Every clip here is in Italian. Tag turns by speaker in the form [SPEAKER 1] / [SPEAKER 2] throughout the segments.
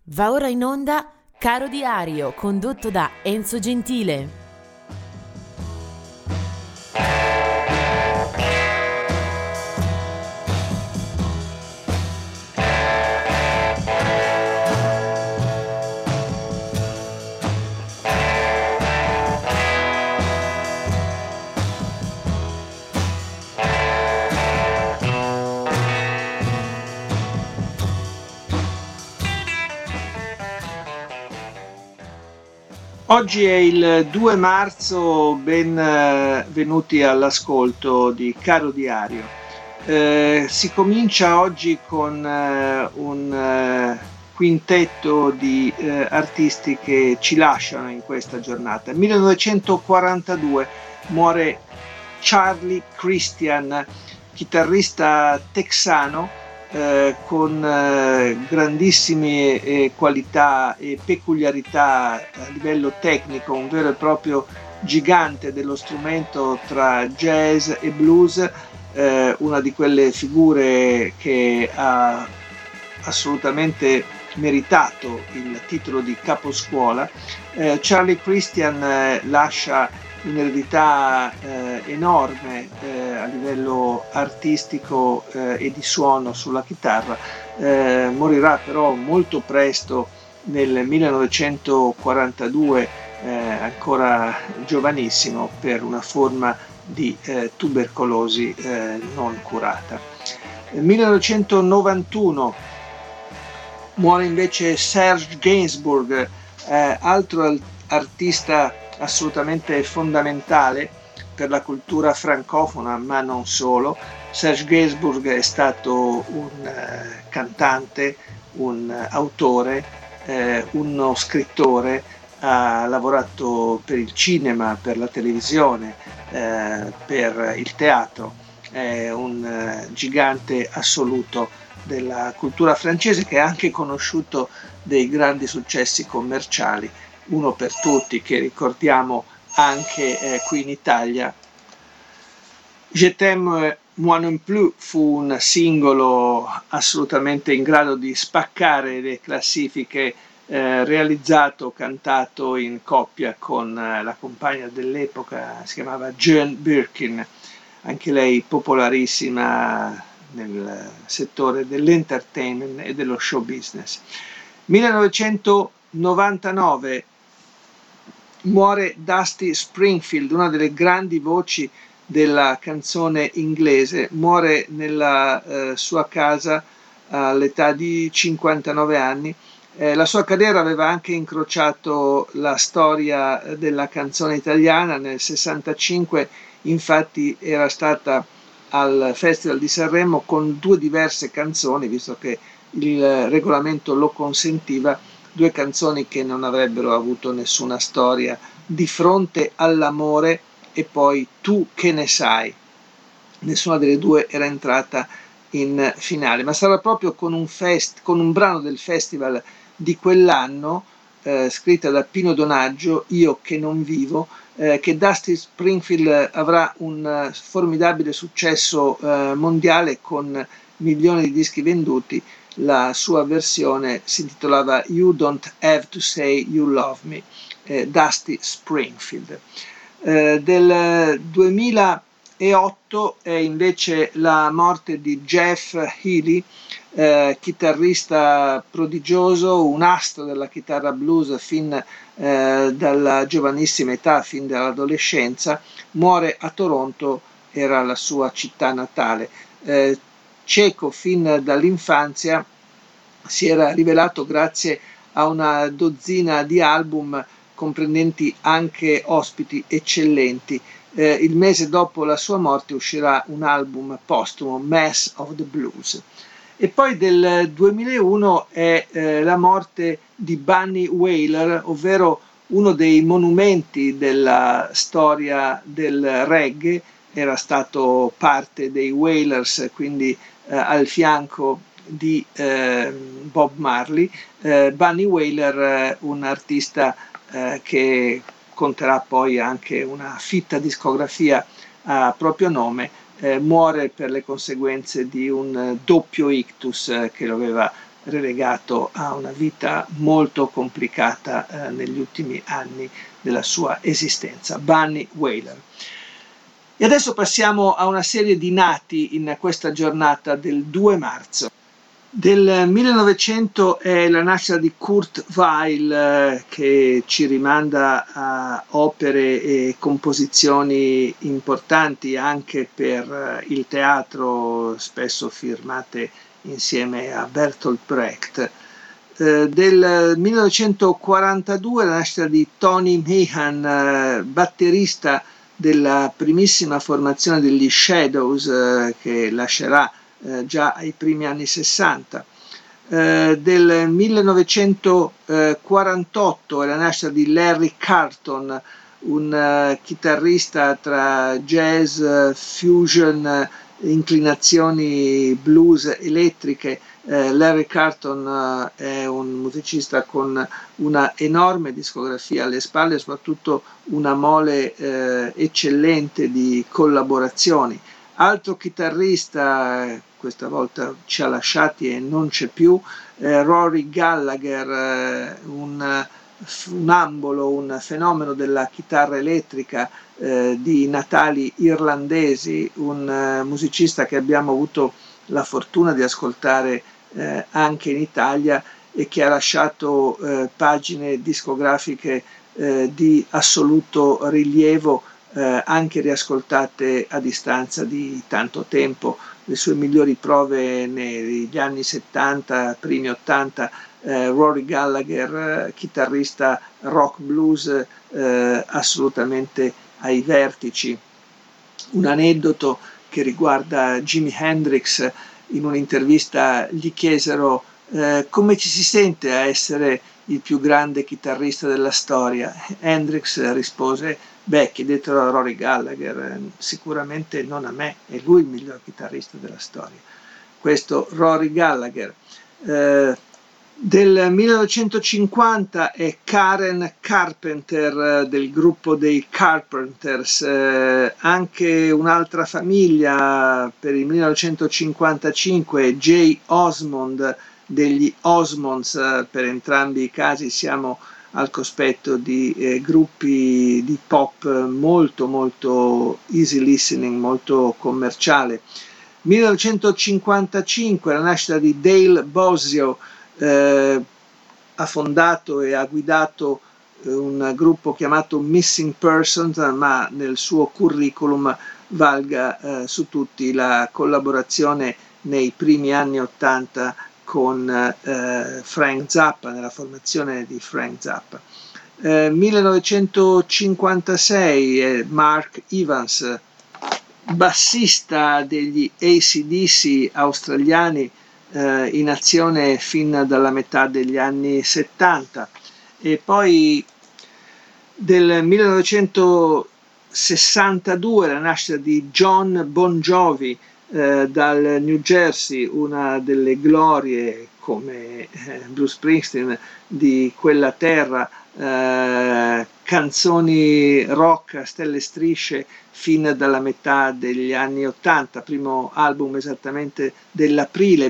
[SPEAKER 1] Va ora in onda Caro Diario, condotto da Enzo Gentile.
[SPEAKER 2] Oggi è il 2 marzo, benvenuti all'ascolto di Caro Diario. Si comincia oggi con un quintetto di artisti che ci lasciano in questa giornata. Nel 1942 muore Charlie Christian, chitarrista texano con grandissime qualità e peculiarità a livello tecnico, un vero e proprio gigante dello strumento tra jazz e blues, una di quelle figure che ha assolutamente meritato il titolo di caposcuola. Charlie Christian lascia un'eredità enorme a livello artistico e di suono sulla chitarra. Morirà però molto presto nel 1942, ancora giovanissimo, per una forma di tubercolosi non curata. Nel 1991 muore invece Serge Gainsbourg, altro artista assolutamente fondamentale per la cultura francofona, ma non solo. Serge Gainsbourg è stato un cantante, un autore, uno scrittore, ha lavorato per il cinema, per la televisione, per il teatro, è un gigante assoluto della cultura francese, che ha anche conosciuto dei grandi successi commerciali, uno per tutti che ricordiamo anche qui in Italia. Je t'aime moi non plus fu un singolo assolutamente in grado di spaccare le classifiche, realizzato, cantato in coppia con la compagna dell'epoca, si chiamava Jane Birkin, anche lei popolarissima nel settore dell'entertainment e dello show business. 1999 muore Dusty Springfield, una delle grandi voci della canzone inglese. Muore nella sua casa all'età di 59 anni. La sua carriera aveva anche incrociato la storia della canzone italiana. Nel 65 infatti era stata al Festival di Sanremo con due diverse canzoni, visto che il regolamento lo consentiva, due canzoni che non avrebbero avuto nessuna storia: Di fronte all'amore e poi Tu che ne sai. Nessuna delle due era entrata in finale, ma sarà proprio con un brano del festival di quell'anno, scritta da Pino Donaggio, Io che non vivo, che Dusty Springfield avrà un formidabile successo mondiale con milioni di dischi venduti. La sua versione si intitolava You Don't Have to Say You Love Me, Dusty Springfield. Del 2008 è invece la morte di Jeff Healey, chitarrista prodigioso, un astro della chitarra blues fin dalla giovanissima età, fin dall'adolescenza. Muore a Toronto, era la sua città natale. Cieco fin dall'infanzia, si era rivelato grazie a una dozzina di album comprendenti anche ospiti eccellenti. Il mese dopo la sua morte uscirà un album postumo, Mass of the Blues. E poi del 2001 è la morte di Bunny Wailer, ovvero uno dei monumenti della storia del reggae. Era stato parte dei Wailers, quindi al fianco di Bob Marley. Bunny Wailer, un artista che conterà poi anche una fitta discografia a proprio nome, muore per le conseguenze di un doppio ictus che lo aveva relegato a una vita molto complicata negli ultimi anni della sua esistenza, Bunny Wailer. E adesso passiamo a una serie di nati in questa giornata del 2 marzo. Del 1900 è la nascita di Kurt Weill, che ci rimanda a opere e composizioni importanti anche per il teatro, spesso firmate insieme a Bertolt Brecht. Del 1942 la nascita di Tony Meehan, batterista della primissima formazione degli Shadows, che lascerà già ai primi anni 60. Del 1948 è la nascita di Larry Carlton, un chitarrista tra jazz, fusion, inclinazioni blues elettriche. Larry Carlton è un musicista con una enorme discografia alle spalle, soprattutto una mole eccellente di collaborazioni. Altro chitarrista, questa volta ci ha lasciati e non c'è più, Rory Gallagher, un ambolo, un fenomeno della chitarra elettrica di natali irlandesi, un musicista che abbiamo avuto la fortuna di ascoltare anche in Italia e che ha lasciato pagine discografiche di assoluto rilievo, anche riascoltate a distanza di tanto tempo. Le sue migliori prove negli anni 70, primi 80, Rory Gallagher, chitarrista rock blues assolutamente ai vertici. Un aneddoto che riguarda Jimi Hendrix: in un'intervista gli chiesero come ci si sente a essere il più grande chitarrista della storia. Hendrix rispose: beh, chiedetelo a Rory Gallagher, sicuramente non a me, è lui il miglior chitarrista della storia. Questo Rory Gallagher. Del 1950 è Karen Carpenter del gruppo dei Carpenters, anche un'altra famiglia per il 1955, Jay Osmond degli Osmonds. Per entrambi i casi siamo al cospetto di gruppi di pop molto molto easy listening, molto commerciale. 1955 la nascita di Dale Bosio, ha fondato e ha guidato un gruppo chiamato Missing Persons, ma nel suo curriculum valga su tutti la collaborazione nei primi anni 80 con Frank Zappa, nella formazione di Frank Zappa. 1956 è Mark Evans, bassista degli AC/DC australiani, in azione fin dalla metà degli anni 70. E poi del 1962 la nascita di John Bon Jovi dal New Jersey, una delle glorie come Bruce Springsteen di quella terra, canzoni rock a stelle e strisce fin dalla metà degli anni 80, primo album esattamente dell'aprile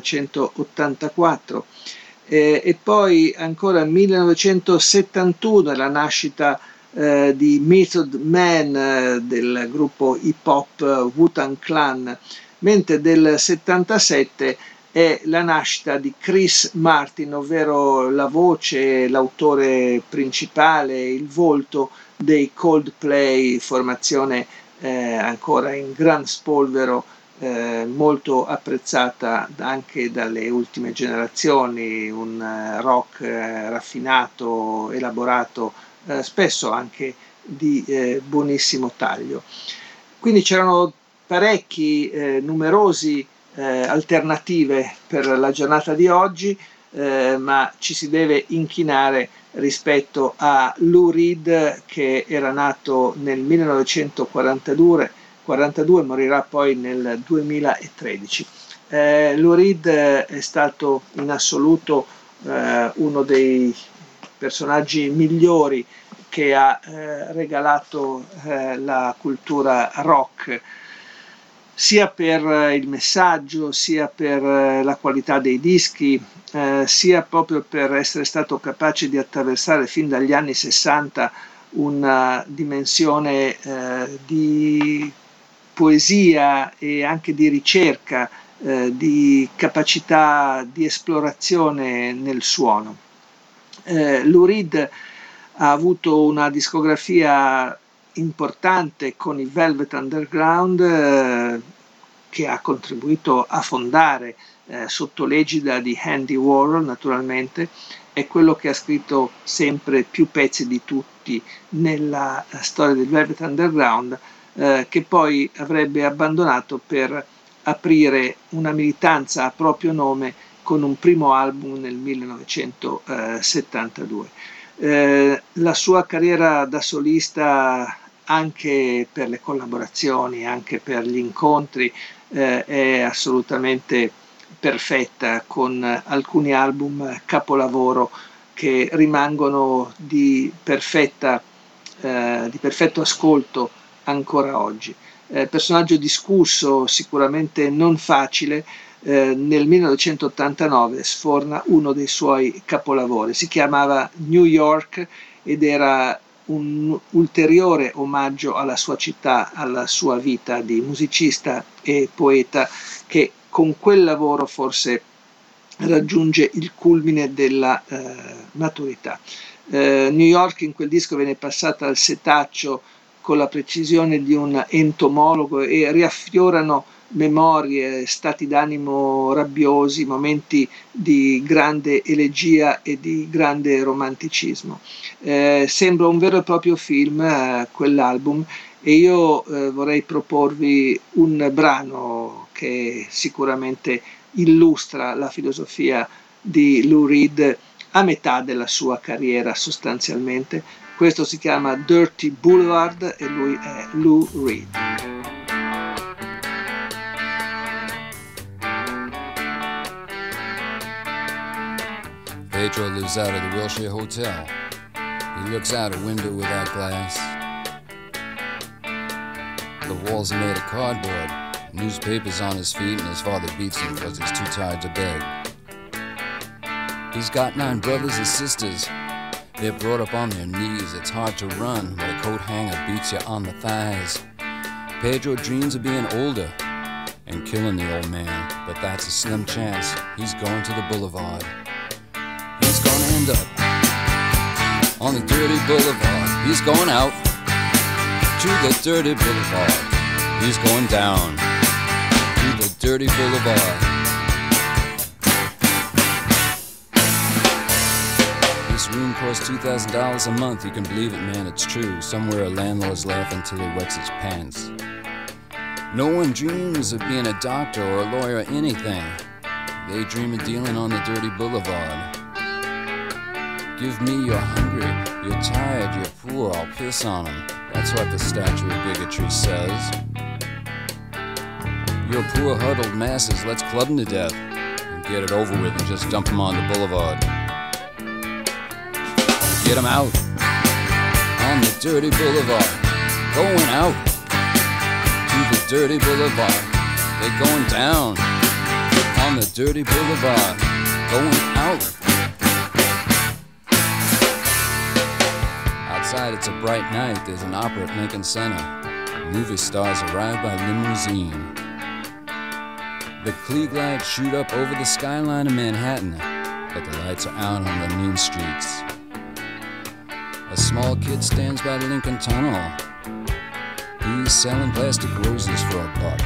[SPEAKER 2] 1984. E poi ancora 1971 la nascita di Method Man del gruppo hip hop Wu-Tang Clan, mentre del 77 è la nascita di Chris Martin, ovvero la voce, l'autore principale, il volto dei Coldplay, formazione ancora in gran spolvero, molto apprezzata anche dalle ultime generazioni, un rock raffinato, elaborato, spesso anche di buonissimo taglio. Quindi c'erano parecchi, numerosi alternative per la giornata di oggi, ma ci si deve inchinare rispetto a Lou Reed, che era nato nel 1942, morirà poi nel 2013. Lou Reed è stato in assoluto uno dei personaggi migliori che ha regalato la cultura rock. sia per il messaggio, sia per la qualità dei dischi, sia proprio per essere stato capace di attraversare fin dagli anni 60 una dimensione di poesia e anche di ricerca, di capacità di esplorazione nel suono. Lou Reed ha avuto una discografia importante con i Velvet Underground, che ha contribuito a fondare sotto l'egida di Andy Warhol, naturalmente. È quello che ha scritto sempre più pezzi di tutti nella storia del Velvet Underground, che poi avrebbe abbandonato per aprire una militanza a proprio nome con un primo album nel 1972. La sua carriera da solista, anche per le collaborazioni, anche per gli incontri, è assolutamente perfetta, con alcuni album capolavoro che rimangono di perfetto ascolto ancora oggi. Personaggio discusso, sicuramente non facile. Nel 1989 sforna uno dei suoi capolavori, si chiamava New York ed era un ulteriore omaggio alla sua città, alla sua vita di musicista e poeta, che con quel lavoro forse raggiunge il culmine della maturità. New York in quel disco viene passata al setaccio con la precisione di un entomologo e riaffiorano memorie, stati d'animo rabbiosi, momenti di grande elegia e di grande romanticismo. Sembra un vero e proprio film, quell'album, e io vorrei proporvi un brano che sicuramente illustra la filosofia di Lou Reed a metà della sua carriera sostanzialmente. Questo si chiama Dirty Boulevard e lui è Lou Reed.
[SPEAKER 3] Pedro lives out of the Wilshire Hotel. He looks out a window without glass. The walls are made of cardboard. Newspapers on his feet, and his father beats him because he's too tired to beg. He's got 9 brothers and sisters. They're brought up on their knees. It's hard to run when a coat hanger beats you on the thighs. Pedro dreams of being older and killing the old man, but that's a slim chance. He's going to the boulevard. He's gonna end up on the dirty boulevard. He's going out to the dirty boulevard. He's going down to the dirty boulevard. This room costs $2,000 a month. You can believe it, man, it's true. Somewhere a landlord's laughing till he wets his pants. No one dreams of being a doctor or a lawyer or anything. They dream of dealing on the dirty boulevard. Give me you're hungry, you're tired, you're poor, I'll piss on 'em. That's what the statue of bigotry says. You're poor huddled masses, let's club 'em to death and get it over with and just dump 'em on the boulevard. Get 'em out on the dirty boulevard. Going out to the dirty boulevard. They're going down on the dirty boulevard. Going out. Outside it's a bright night. There's an opera at Lincoln Center. Movie stars arrive by limousine. The Klieg lights shoot up over the skyline of Manhattan, but the lights are out on the mean streets. A small kid stands by the Lincoln Tunnel. He's selling plastic roses for $1.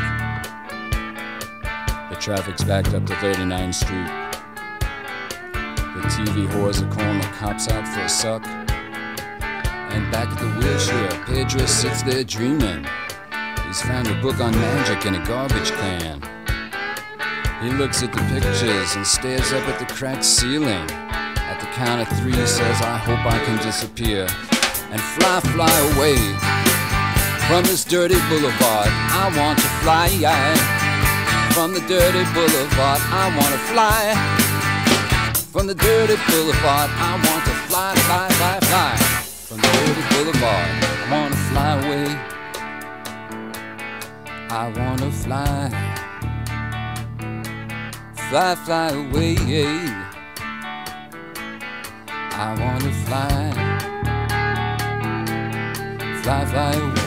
[SPEAKER 3] The traffic's backed up to 39th Street. The TV whores are calling the cops out for a suck. And back at the Wilshire, Pedro sits there dreaming. He's found a book on magic in a garbage can. He looks at the pictures and stares up at the cracked ceiling. At the count of 3 he says, I hope I can disappear and fly, fly away from this dirty boulevard. I want to fly from the dirty boulevard. I want to fly from the dirty boulevard. I want to fly, fly, fly, fly from the dirty boulevard. I want to fly away. I wanna fly, fly, fly away. I wanna fly, fly, fly away.